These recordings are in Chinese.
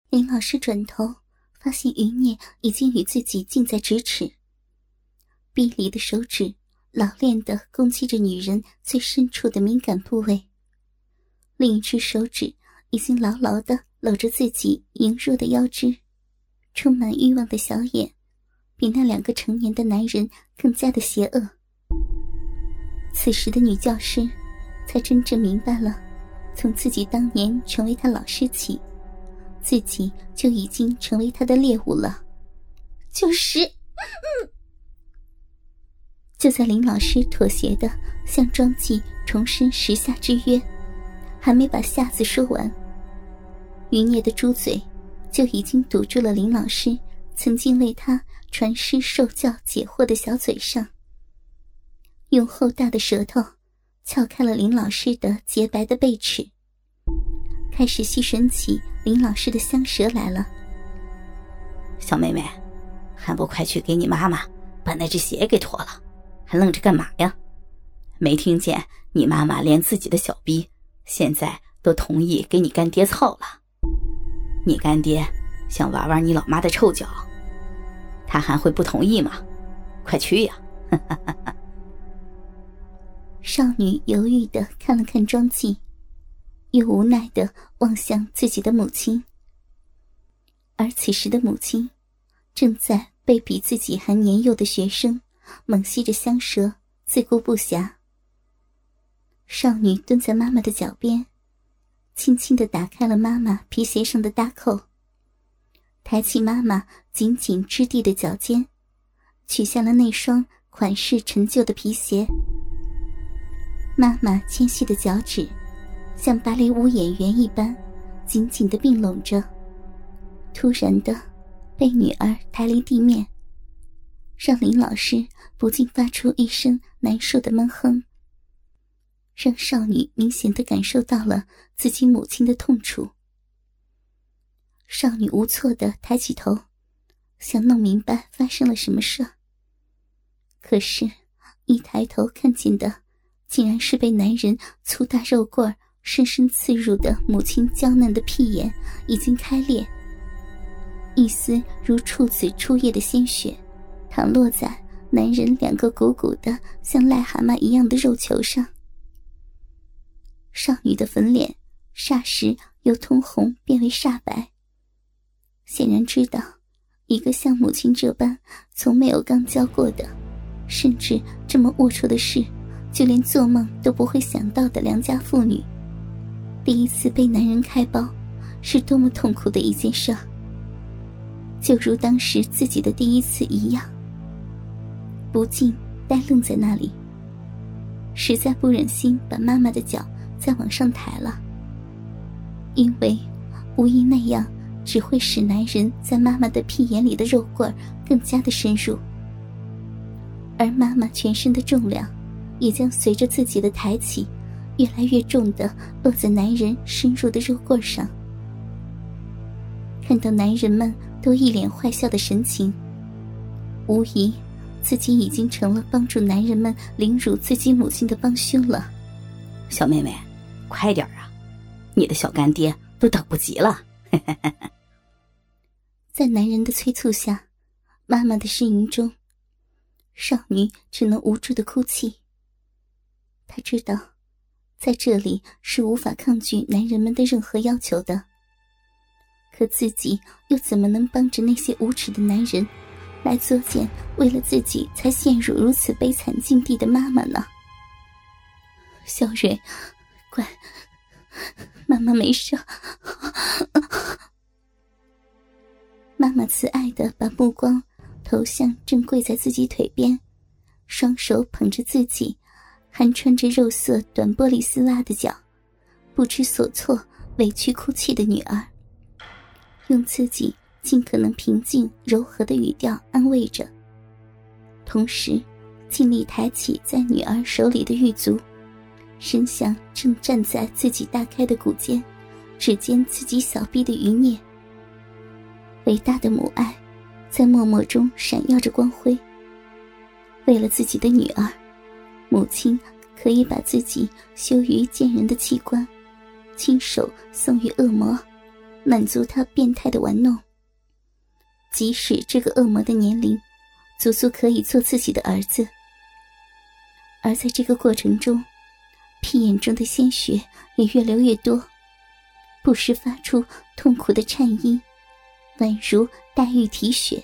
林老师转头发现余孽已经与自己近在咫尺，逼离的手指老练地攻击着女人最深处的敏感部位，另一只手指已经牢牢地搂着自己羸弱的腰肢，充满欲望的小眼比那2个成年的男人更加的邪恶。此时的女教师才真正明白了，从自己当年成为他老师起，自己就已经成为他的猎物了。就在林老师妥协的向庄纪重申10下之约，还没把下字说完，余孽的猪嘴就已经堵住了林老师曾经为他传师受教解惑的小嘴上，用厚大的舌头撬开了林老师的洁白的背齿，开始吸吮起林老师的香舌来了。 小妹妹，还不快去给你妈妈把那只鞋给脱了，还愣着干嘛呀？没听见你妈妈连自己的小逼现在都同意给你干爹操了？你干爹想玩玩你老妈的臭脚，他还会不同意吗？快去呀！ 少女犹豫地看了看庄纪，又无奈地望向自己的母亲，而此时的母亲正在被比自己还年幼的学生猛吸着香舌，自顾不暇。少女蹲在妈妈的脚边，轻轻地打开了妈妈皮鞋上的搭扣，抬起妈妈紧紧支地的脚尖，取下了那双款式陈旧的皮鞋。妈妈纤细的脚趾像芭蕾舞演员一般紧紧地并拢着，突然的被女儿抬离地面，让林老师不禁发出一声难受的闷哼，让少女明显地感受到了自己母亲的痛楚。少女无措地抬起头，想弄明白发生了什么事，可是一抬头看见的竟然是被男人粗大肉棍深深刺入的母亲娇嫩的屁眼已经开裂，一丝如处子初夜的鲜血淌落在男人2个鼓鼓的像癞蛤蟆一样的肉球上。少女的粉脸霎时由通红变为煞白，显然知道一个像母亲这般从没有刚交过的，甚至这么龌龊的事就连做梦都不会想到的良家妇女，第一次被男人开包是多么痛苦的一件事，就如当时自己的第一次一样，不禁呆愣在那里，实在不忍心把妈妈的脚再往上抬了，因为无疑那样只会使男人在妈妈的屁眼里的肉棍更加的深入，而妈妈全身的重量也将随着自己的抬起越来越重地落在男人深入的肉棍上。看到男人们都一脸坏笑的神情，无疑自己已经成了帮助男人们凌辱自己母亲的帮凶了。 小妹妹，快点啊，你的小干爹都等不及了。 在男人的催促下，妈妈的呻吟中，少女只能无助地哭泣。她知道在这里是无法抗拒男人们的任何要求的，可自己又怎么能帮着那些无耻的男人来作践为了自己才陷入如此悲惨境地的妈妈呢？小蕊，乖，妈妈没事。妈妈慈爱地把目光投向正跪在自己腿边，双手捧着自己还穿着肉色短玻璃丝袜的脚，不知所措委屈哭泣的女儿，用自己尽可能平静柔和的语调安慰着，同时尽力抬起在女儿手里的玉足，伸向正站在自己大开的骨间只见自己小臂的余孽。伟大的母爱在默默中闪耀着光辉，为了自己的女儿，母亲可以把自己羞于见人的器官亲手送于恶魔， 满足他变态的玩弄。即使这个恶魔的年龄足足可以做自己的儿子，而在这个过程中，屁眼中的鲜血也越流越多，不时发出痛苦的颤音，宛如大玉提血。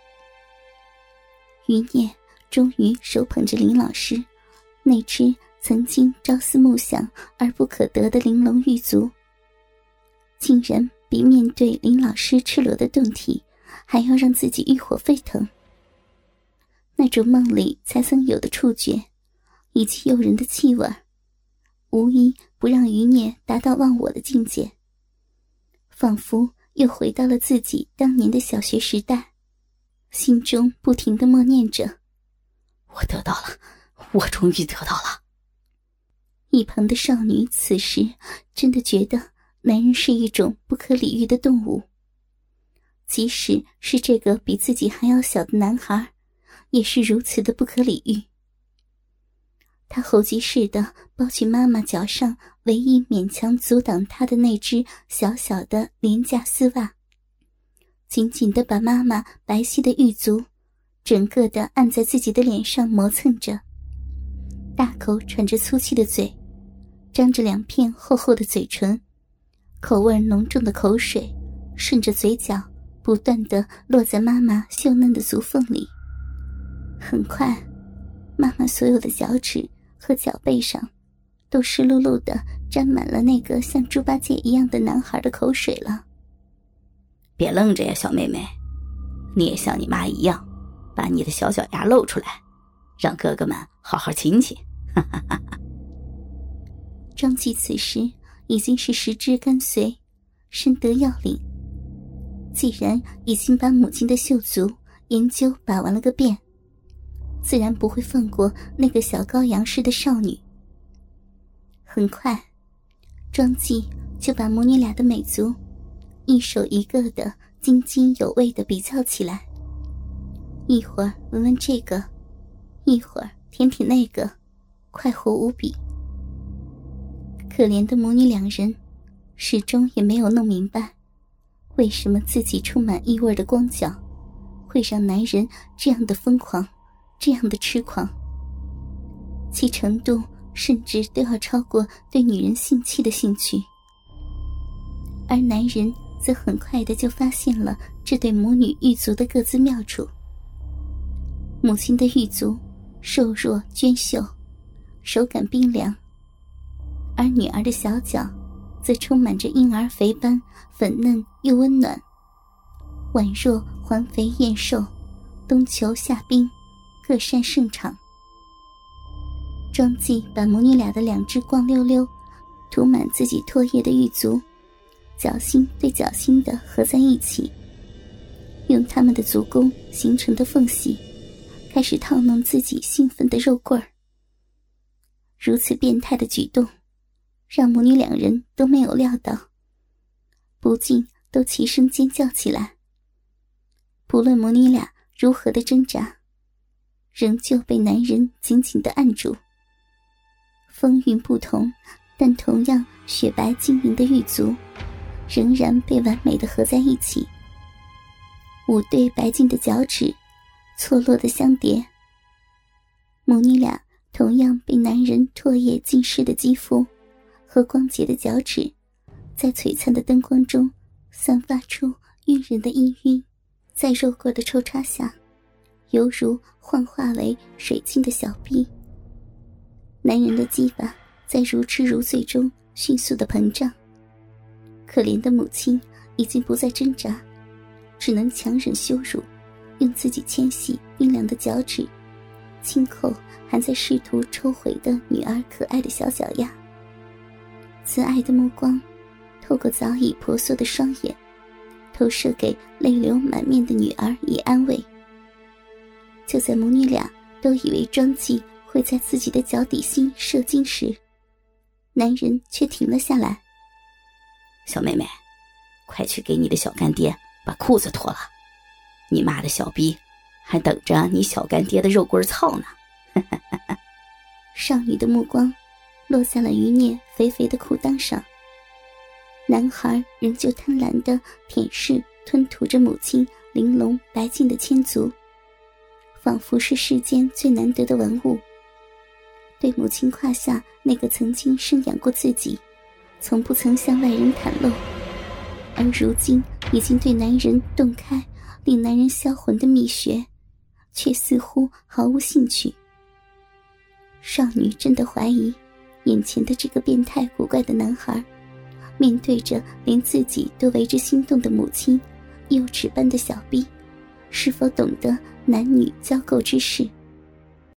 余孽终于手捧着林老师那只曾经朝思暮想而不可得的玲珑玉足，竟然比面对林老师赤裸的胴体还要让自己欲火沸腾。那种梦里才曾有的触觉以及诱人的气味，无一不让余孽达到忘我的境界，仿佛又回到了自己当年的小学时代，心中不停地默念着： 我得到了，我终于得到了。 一旁的少女此时真的觉得男人是一种不可理喻的动物，即使是这个比自己还要小的男孩，也是如此的不可理喻。他猴急似的抱起妈妈脚上唯一勉强阻挡他的那只小小的廉价丝袜，紧紧地把妈妈白皙的玉足整个的按在自己的脸上磨蹭着，大口喘着粗气的嘴，张着两片厚厚的嘴唇，口味浓重的口水顺着嘴角不断地落在妈妈秀嫩的足缝里。很快，妈妈所有的脚趾和脚背上都湿漉漉地沾满了那个像猪八戒一样的男孩的口水了。 别愣着呀，小妹妹，你也像你妈一样，把你的小脚丫露出来，让哥哥们好好亲亲。 庄纪此时已经是十指干髓，深得要领，既然已经把母亲的秀足研究把玩了个遍，自然不会放过那个小羔羊似的少女。很快，庄纪就把母女俩的美足一手一个的津津有味地比较起来，一会儿闻闻这个，一会儿舔舔那个，快活无比。可怜的母女两人始终也没有弄明白，为什么自己充满异味的光脚会让男人这样的疯狂，这样的痴狂，其程度甚至都要超过对女人性器的兴趣。而男人则很快的就发现了这对母女玉足的各自妙处。母亲的玉足瘦弱娟秀，手感冰凉，而女儿的小脚则充满着婴儿肥般粉嫩又温暖，宛若环肥燕瘦，冬秋夏冰，各擅胜场。庄纪把母女俩的两只光溜溜涂满自己唾液的玉足脚心对脚心的合在一起，用他们的足弓形成的缝隙开始套弄自己兴奋的肉棍儿。如此变态的举动让母女两人都没有料到，不禁都齐声尖叫起来。不论母女俩如何的挣扎，仍旧被男人紧紧地按住。风韵不同，但同样雪白晶莹的玉足仍然被完美地合在一起，五对白净的脚趾错落的相叠。母女俩同样被男人唾液浸湿的肌肤和光洁的脚趾在璀璨的灯光中散发出晕人的氤氲，在肉棍的抽插下犹如幻化为水晶的小臂。男人的鸡巴在如痴如醉中迅速地膨胀，可怜的母亲已经不再挣扎，只能强忍羞辱，用自己纤细冰凉的脚趾轻扣还在试图抽回的女儿可爱的小脚丫。慈爱的目光透过早已婆娑的双眼投射给泪流满面的女儿以安慰。就在母女俩都以为庄纪会在自己的脚底心射精时，男人却停了下来。 小妹妹，快去给你的小干爹把裤子脱了，你妈的小逼还等着你小干爹的肉棍操呢。 少女的目光落在了余孽肥肥的裤裆上， 男孩仍旧贪婪地舔舐吞吐着母亲玲珑白净的千足，仿佛是世间最难得的文物。对母亲胯下那个曾经生养过自己，从不曾向外人袒露，而如今已经对男人洞开令男人销魂的秘穴，却似乎毫无兴趣。少女真的怀疑眼前的这个变态古怪的男孩，面对着连自己都为之心动的母亲幼稚般的小臂，是否懂得男女交媾之事。